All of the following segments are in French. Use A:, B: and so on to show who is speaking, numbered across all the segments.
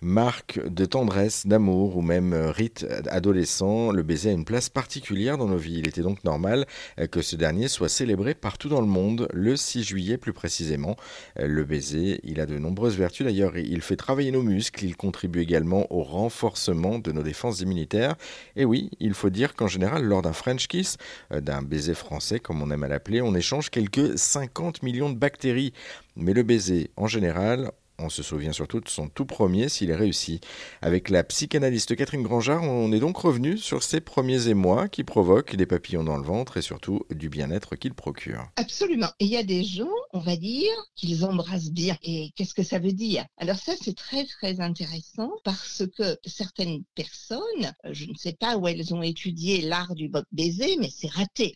A: Marque de tendresse, d'amour ou même rite adolescent, le baiser a une place particulière dans nos vies. Il était donc normal que ce dernier soit célébré partout dans le monde, le 6 juillet plus précisément. Le baiser, il a de nombreuses vertus d'ailleurs. Il fait travailler nos muscles, il contribue également au renforcement de nos défenses immunitaires. Et oui, il faut dire qu'en général, lors d'un French kiss, d'un baiser français comme on aime à l'appeler, on échange quelques 50 millions de bactéries. Mais le baiser, en général, on se souvient surtout de son tout premier s'il est réussi. Avec la psychanalyste Catherine Grangeard, on est donc revenu sur ces premiers émois qui provoquent des papillons dans le ventre et surtout du bien-être qu'ils procurent.
B: Absolument. Et il y a des gens, on va dire, qu'ils embrassent bien. Et qu'est-ce que ça veut dire? Alors ça, c'est très, très intéressant parce que certaines personnes, je ne sais pas où elles ont étudié l'art du baiser, mais c'est raté.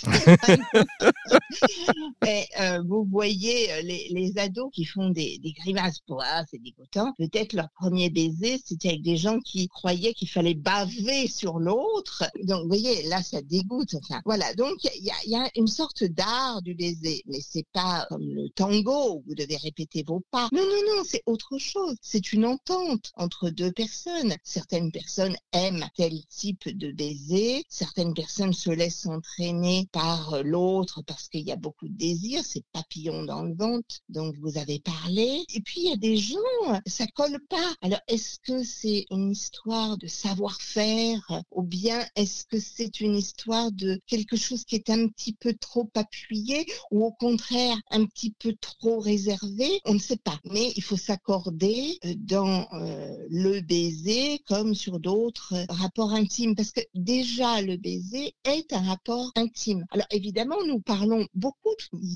B: Et, vous voyez les ados qui font des grimaces pour c'est dégoûtant. Peut-être leur premier baiser, c'était avec des gens qui croyaient qu'il fallait baver sur l'autre. Donc, vous voyez, là, ça dégoûte. Enfin, voilà. Donc, il y a une sorte d'art du baiser, mais c'est pas comme le tango où vous devez répéter vos pas. Non, non, non, c'est autre chose. C'est une entente entre deux personnes. Certaines personnes aiment tel type de baiser. Certaines personnes se laissent entraîner par l'autre parce qu'il y a beaucoup de désir. C'est papillon dans le ventre. Donc, vous avez parlé. Et puis, il y a des gens, ça colle pas. Alors, est-ce que c'est une histoire de savoir-faire ou bien est-ce que c'est une histoire de quelque chose qui est un petit peu trop appuyé ou au contraire un petit peu trop réservé? On ne sait pas. Mais il faut s'accorder dans le baiser comme sur d'autres rapports intimes parce que déjà le baiser est un rapport intime. Alors évidemment, nous parlons beaucoup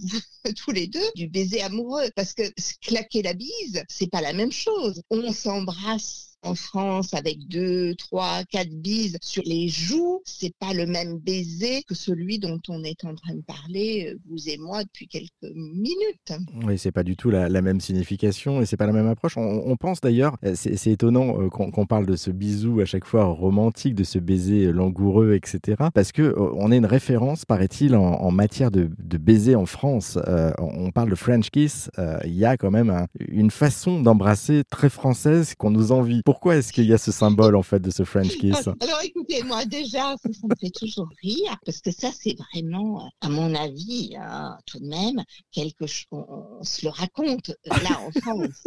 B: tous les deux du baiser amoureux parce que claquer la bise, c'est pas la même chose. On s'embrasse en France avec 2, 3, 4 bises sur les joues, c'est pas le même baiser que celui dont on est en train de parler, vous et moi, depuis quelques minutes.
A: Oui, c'est pas du tout la même signification et c'est pas la même approche. On pense d'ailleurs, c'est étonnant qu'on parle de ce bisou à chaque fois romantique, de ce baiser langoureux, etc. Parce que on est une référence, paraît-il, en matière de baiser en France. On parle de French kiss. Il y a quand même une façon d'embrasser très française qu'on nous envie. Pourquoi est-ce qu'il y a ce symbole en fait de ce French kiss?
B: Alors écoutez, moi déjà, ça me fait toujours rire parce que ça c'est vraiment, à mon avis, tout de même, quelque chose, on se le raconte là en France.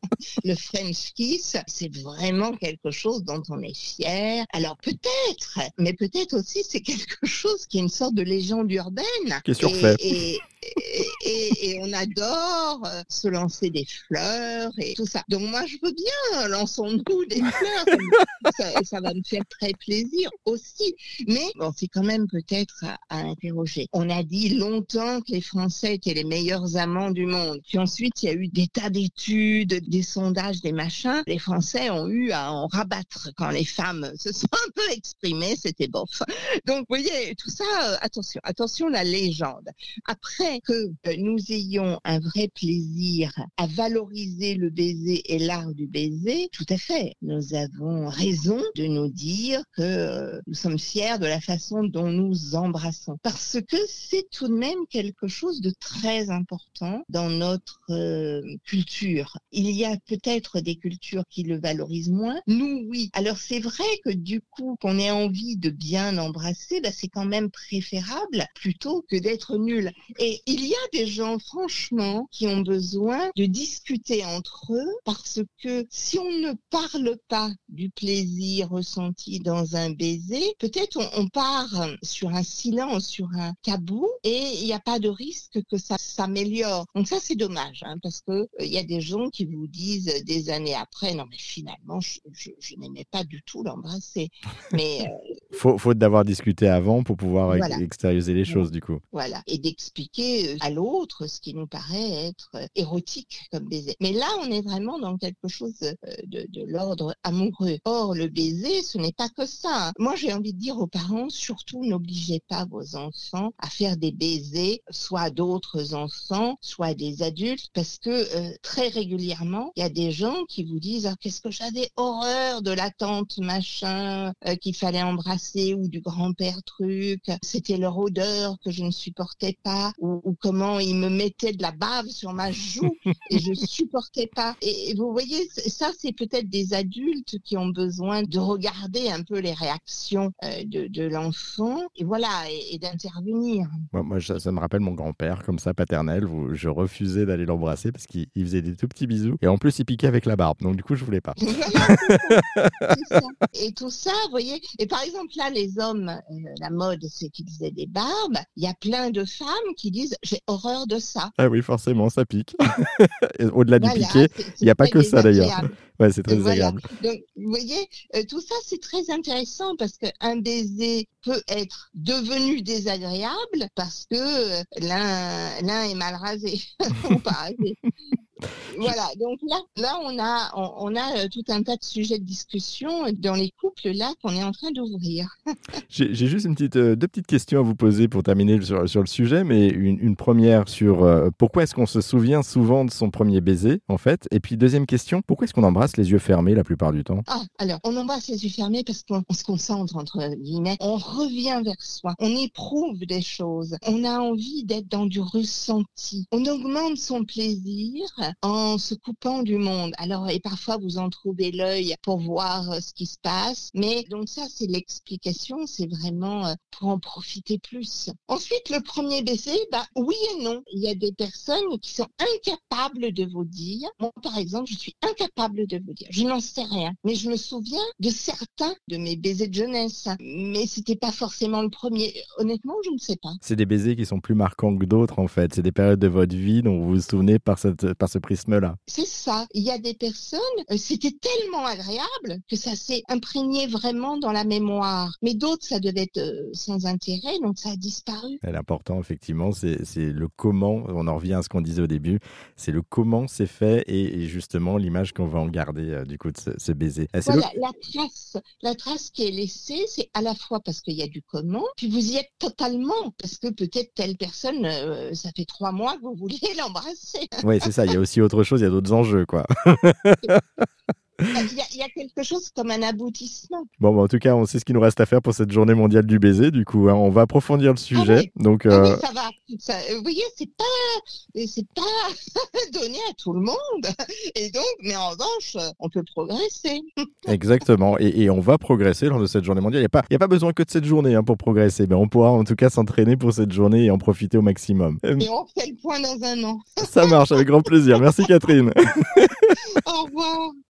B: Le French kiss, c'est vraiment quelque chose dont on est fier. Alors peut-être, mais peut-être aussi c'est quelque chose qui est une sorte de légende urbaine.
A: Qui est surfait.
B: Et on adore se lancer des fleurs et tout ça. Donc moi je veux bien, lançons-nous des fleurs. Ça va me faire très plaisir aussi. Mais bon, c'est quand même peut-être à interroger. On a dit longtemps que les Français étaient les meilleurs amants du monde. Puis ensuite, il y a eu des tas d'études, des sondages, des machins. Les Français ont eu à en rabattre quand les femmes se sont un peu exprimées. C'était bof. Donc, vous voyez, tout ça, attention la légende. Après que nous ayons un vrai plaisir à valoriser le baiser et l'art du baiser, tout à fait. Nous avons raison de nous dire que nous sommes fiers de la façon dont nous embrassons. Parce que c'est tout de même quelque chose de très important dans notre culture. Il y a peut-être des cultures qui le valorisent moins. Nous, oui. Alors c'est vrai que du coup, qu'on ait envie de bien embrasser, c'est quand même préférable plutôt que d'être nul. Et il y a des gens, franchement, qui ont besoin de discuter entre eux parce que si on ne parle pas du plaisir ressenti dans un baiser, peut-être on part sur un silence, sur un tabou et il n'y a pas de risque que ça s'améliore. Donc ça, c'est dommage parce que il y a des gens qui vous disent des années après, non mais finalement, je n'aimais pas du tout l'embrasser. Mais
A: Faute d'avoir discuté avant pour pouvoir
B: voilà.
A: extérioriser les choses du coup.
B: Voilà, et d'expliquer à l'autre ce qui nous paraît être érotique comme baiser. Mais là, on est vraiment dans quelque chose de l'ordre amoureux. Or, le baiser, ce n'est pas que ça. Moi, j'ai envie de dire aux parents, surtout n'obligez pas vos enfants à faire des baisers, soit d'autres enfants, soit des adultes, parce que très régulièrement, il y a des gens qui vous disent « qu'est-ce que j'avais horreur de la tante machin qu'il fallait embrasser ou du grand-père truc. C'était leur odeur que je ne supportais pas ou comment ils me mettaient de la bave sur ma joue et je supportais pas. » Et vous voyez, ça, c'est peut-être des adultes qui ont besoin de regarder un peu les réactions de l'enfant et voilà, et d'intervenir.
C: Moi, ça me rappelle mon grand-père, comme ça, paternel, où je refusais d'aller l'embrasser parce qu'il faisait des tout petits bisous. Et en plus, il piquait avec la barbe. Donc, du coup, je voulais pas.
B: Voilà, c'est ça. Et tout ça, vous voyez. Et par exemple, là, les hommes, la mode, c'est qu'ils aient des barbes. Il y a plein de femmes qui disent « j'ai horreur de ça ».
C: Ah oui, forcément, ça pique. Et au-delà du
B: Voilà,
C: piqué, il n'y a pas que ça, d'ailleurs. Ouais, c'est très
B: Voilà.
C: désagréable.
B: Donc, vous voyez, tout ça, c'est très intéressant parce qu'un baiser peut être devenu désagréable parce que l'un est mal rasé ou pas rasé. Voilà, donc là on a tout un tas de sujets de discussion dans les couples là qu'on est en train d'ouvrir.
C: J'ai juste deux petites questions à vous poser pour terminer sur le sujet, mais une première sur pourquoi est-ce qu'on se souvient souvent de son premier baiser, en fait, et puis deuxième question, pourquoi est-ce qu'on embrasse les yeux fermés la plupart du temps?
B: Alors, on embrasse les yeux fermés parce qu'on se concentre, entre guillemets, on revient vers soi, on éprouve des choses, on a envie d'être dans du ressenti, on augmente son plaisir en se coupant du monde. Alors, et parfois, vous en trouvez l'œil pour voir ce qui se passe. Mais donc ça, c'est l'explication. C'est vraiment pour en profiter plus. Ensuite, le premier baiser, oui et non. Il y a des personnes qui sont incapables de vous dire. Moi, par exemple, je suis incapable de vous dire. Je n'en sais rien. Mais je me souviens de certains de mes baisers de jeunesse. Mais c'était pas forcément le premier. Honnêtement, je ne sais pas.
C: C'est des baisers qui sont plus marquants que d'autres, en fait. C'est des périodes de votre vie dont vous vous souvenez par ce prisme-là.
B: C'est ça. Il y a des personnes, c'était tellement agréable que ça s'est imprégné vraiment dans la mémoire. Mais d'autres, ça devait être sans intérêt, donc ça a disparu.
C: Et l'important, effectivement, c'est le comment. On en revient à ce qu'on disait au début. C'est le comment c'est fait et justement l'image qu'on va en garder du coup de ce baiser.
B: Voilà, la trace qui est laissée, c'est à la fois parce qu'il y a du comment, puis vous y êtes totalement, parce que peut-être telle personne, ça fait 3 mois que vous vouliez l'embrasser.
C: Oui, c'est ça. Il y a aussi autre chose, il y a d'autres enjeux, quoi.
B: Il y a quelque chose comme un aboutissement.
C: Bon, en tout cas, on sait ce qu'il nous reste à faire pour cette journée mondiale du baiser. Du coup, on va approfondir le sujet.
B: Oui.
C: Donc,
B: oui, ça va. Vous voyez, c'est pas donné à tout le monde. Et donc, mais en revanche, on peut progresser.
C: Exactement. Et on va progresser lors de cette journée mondiale. Il n'y a pas besoin que de cette journée pour progresser. Mais on pourra en tout cas s'entraîner pour cette journée et en profiter au maximum.
B: Et on fait le point dans un an.
C: Ça marche, avec grand plaisir. Merci Catherine.
B: Au revoir.